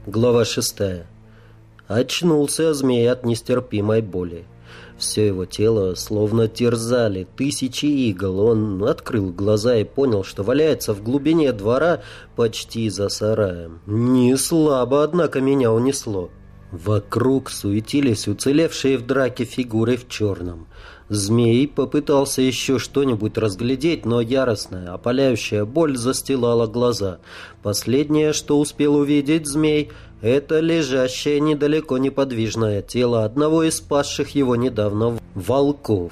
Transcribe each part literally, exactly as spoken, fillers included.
Глава шестая. Очнулся змей от нестерпимой боли. Все его тело словно терзали тысячи игл. Он открыл глаза и понял, что валяется в глубине двора почти за сараем. Не слабо, однако, меня унесло. Вокруг суетились уцелевшие в драке фигуры в черном. Змей попытался еще что-нибудь разглядеть, но яростная, опаляющая боль застилала глаза. Последнее, что успел увидеть змей, это лежащее недалеко неподвижное тело одного из спасших его недавно волков.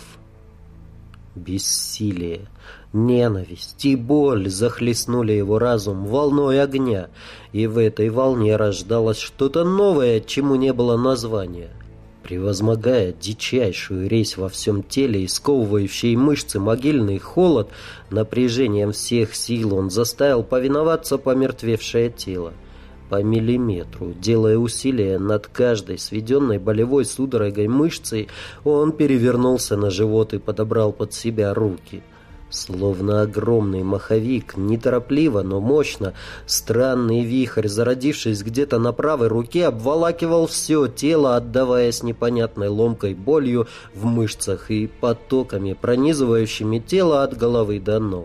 Бессилие, ненависть и боль захлестнули его разум волной огня, и в этой волне рождалось что-то новое, чему не было названия. Превозмогая дичайшую резь во всем теле и сковывающий мышцы могильный холод, напряжением всех сил он заставил повиноваться помертвевшее тело. По миллиметру, делая усилия над каждой сведенной болевой судорогой мышцей, он перевернулся на живот и подобрал под себя руки. Словно огромный маховик, неторопливо, но мощно, странный вихрь, зародившись где-то на правой руке, обволакивал все тело, отдаваясь непонятной ломкой болью в мышцах и потоками, пронизывающими тело от головы до ног.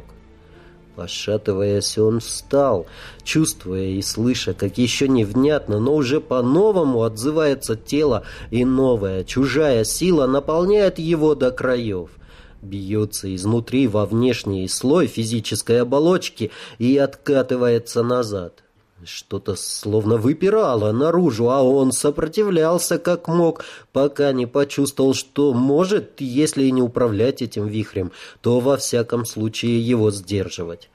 Пошатываясь, он встал, чувствуя и слыша, как еще невнятно, но уже по-новому отзывается тело, и новая, чужая сила наполняет его до краев. Бьется изнутри во внешний слой физической оболочки и откатывается назад. Что-то словно выпирало наружу, а он сопротивлялся как мог, пока не почувствовал, что может, если и не управлять этим вихрем, то во всяком случае его сдерживать.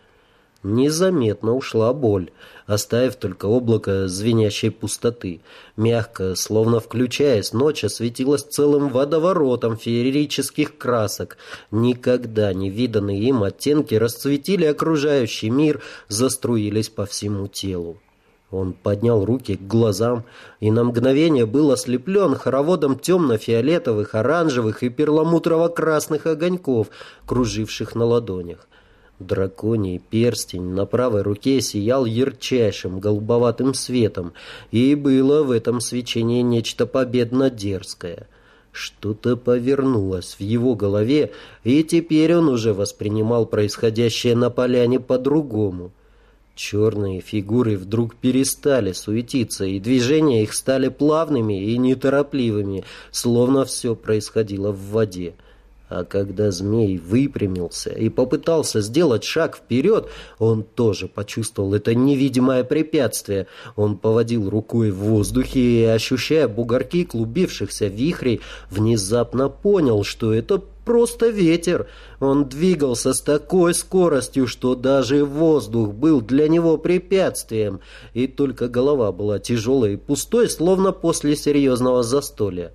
Незаметно ушла боль, оставив только облако звенящей пустоты. Мягко, словно включаясь, ночь осветилась целым водоворотом феерических красок. Никогда не виданные им оттенки расцветили окружающий мир, заструились по всему телу. Он поднял руки к глазам и на мгновение был ослеплен хороводом темно-фиолетовых, оранжевых и перламутрово-красных огоньков, круживших на ладонях. Драконий перстень на правой руке сиял ярчайшим голубоватым светом, и было в этом свечении нечто победно-дерзкое. Что-то повернулось в его голове, и теперь он уже воспринимал происходящее на поляне по-другому. Черные фигуры вдруг перестали суетиться, и движения их стали плавными и неторопливыми, словно все происходило в воде. А когда змей выпрямился и попытался сделать шаг вперед, он тоже почувствовал это невидимое препятствие. Он поводил рукой в воздухе и, ощущая бугорки клубившихся вихрей, внезапно понял, что это просто ветер. Он двигался с такой скоростью, что даже воздух был для него препятствием, и только голова была тяжелой и пустой, словно после серьезного застолья.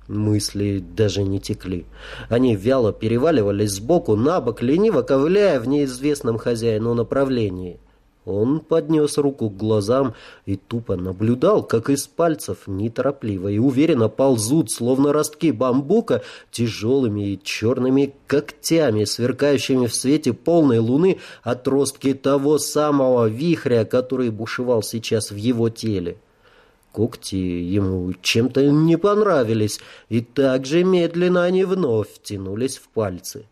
Мысли даже не текли. Они вяло переваливались сбоку на бок, лениво ковыляя в неизвестном хозяину направлении. Он поднес руку к глазам и тупо наблюдал, как из пальцев неторопливо и уверенно ползут, словно ростки бамбука, тяжелыми и черными когтями, сверкающими в свете полной луны, отростки того самого вихря, который бушевал сейчас в его теле. Когти ему чем-то не понравились, и так же медленно они вновь втянулись в пальцы.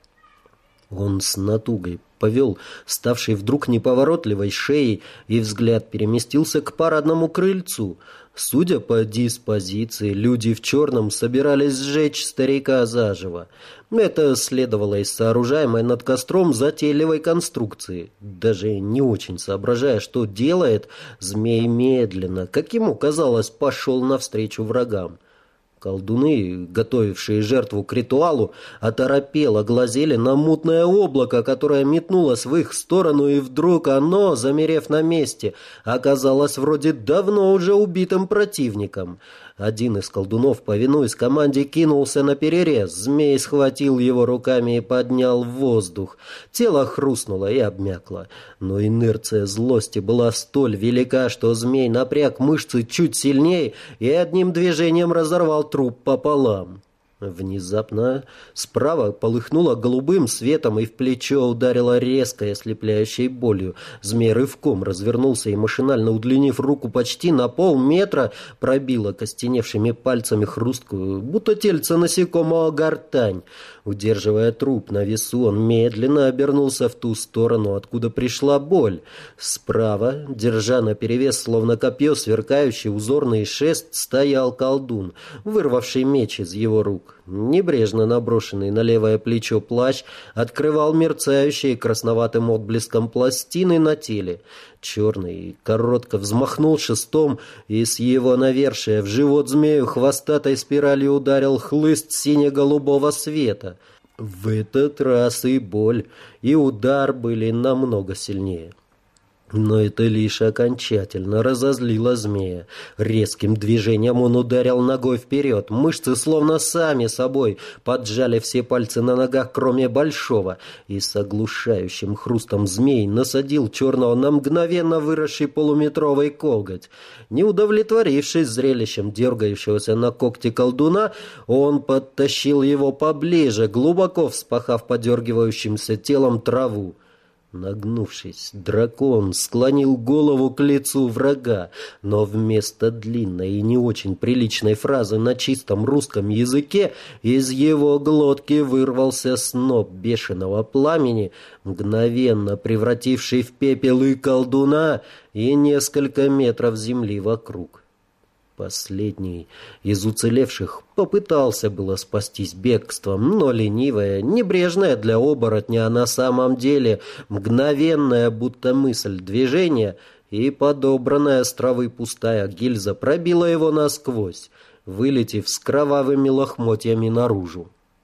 Он с натугой повел ставшей вдруг неповоротливой шеей, и взгляд переместился к парадному крыльцу. Судя по диспозиции, люди в черном собирались сжечь старика заживо. Это следовало из сооружаемой над костром затейливой конструкции. Даже не очень соображая, что делает, змей медленно, как ему казалось, пошел навстречу врагам. Колдуны, готовившие жертву к ритуалу, оторопело глазели на мутное облако, которое метнулось в их сторону, и вдруг оно, замерев на месте, оказалось вроде давно уже убитым противником. Один из колдунов, повинуясь команде, кинулся на перерез. Змей схватил его руками и поднял в воздух. Тело хрустнуло и обмякло. Но инерция злости была столь велика, что змей напряг мышцы чуть сильнее и одним движением разорвал труп пополам. Внезапно справа полыхнуло голубым светом, и в плечо ударило резкой ослепляющей болью. Змей рывком развернулся и, машинально удлинив руку почти на полметра, пробило костеневшими пальцами хрусткую, будто тельце насекомого, гортань. Удерживая труп на весу, он медленно обернулся в ту сторону, откуда пришла боль. Справа, держа наперевес, словно копье, сверкающий узорный шест, стоял колдун, вырвавший меч из его рук. Небрежно наброшенный на левое плечо плащ открывал мерцающие красноватым отблеском пластины на теле. Черный коротко взмахнул шестом, и с его навершия в живот змею хвостатой спиралью ударил хлыст сине-голубого света. В этот раз и боль, и удар были намного сильнее. Но это лишь окончательно разозлило змея. Резким движением он ударил ногой вперед. Мышцы словно сами собой поджали все пальцы на ногах, кроме большого. И с оглушающим хрустом змей насадил черного на мгновенно выросший полуметровый коготь. Не удовлетворившись зрелищем дергающегося на когте колдуна, он подтащил его поближе, глубоко вспахав подергивающимся телом траву. Нагнувшись, дракон склонил голову к лицу врага, но вместо длинной и не очень приличной фразы на чистом русском языке из его глотки вырвался сноп бешеного пламени, мгновенно превративший в пепел и колдуна, и несколько метров земли вокруг. Последний из уцелевших попытался было спастись бегством, но ленивая, небрежная для оборотня, а на самом деле мгновенная, будто мысль движения, и подобранная с травы пустая гильза пробила его насквозь, вылетев с кровавыми лохмотьями наружу.